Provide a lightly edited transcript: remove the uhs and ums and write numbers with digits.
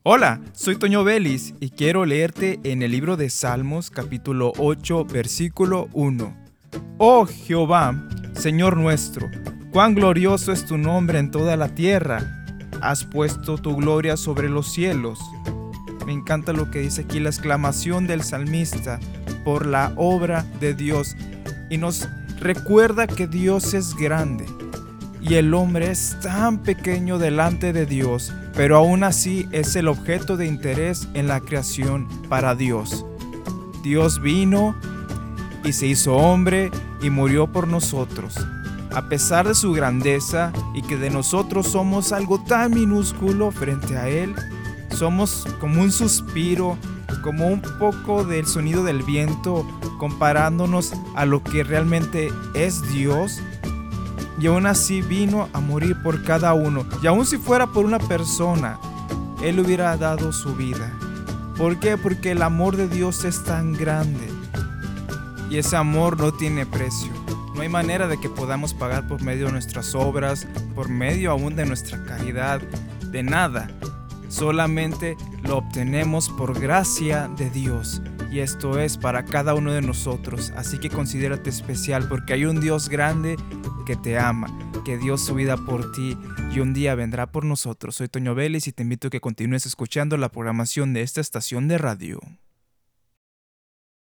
Hola, soy Toño Vélez y quiero leerte en el libro de Salmos capítulo 8 versículo 1. Oh Jehová, Señor nuestro, cuán glorioso es tu nombre en toda la tierra. Has puesto tu gloria sobre los cielos. Me encanta lo que dice aquí, la exclamación del salmista por la obra de Dios. Y nos recuerda que Dios es grande y el hombre es tan pequeño delante de Dios, pero aún así es el objeto de interés en la creación para Dios. Dios vino y se hizo hombre y murió por nosotros. A pesar de su grandeza y que de nosotros somos algo tan minúsculo frente a Él, somos como un suspiro, como un poco del sonido del viento, comparándonos a lo que realmente es Dios. Y aún así vino a morir por cada uno. Y aún si fuera por una persona, Él hubiera dado su vida. ¿Por qué? Porque el amor de Dios es tan grande. Y ese amor no tiene precio. No hay manera de que podamos pagar por medio de nuestras obras, por medio aún de nuestra caridad, de nada. Solamente lo obtenemos por gracia de Dios. Y esto es para cada uno de nosotros. Así que considérate especial porque hay un Dios grande que te ama, que dio su vida por ti y un día vendrá por nosotros. Soy Toño Vélez y te invito a que continúes escuchando la programación de esta estación de radio.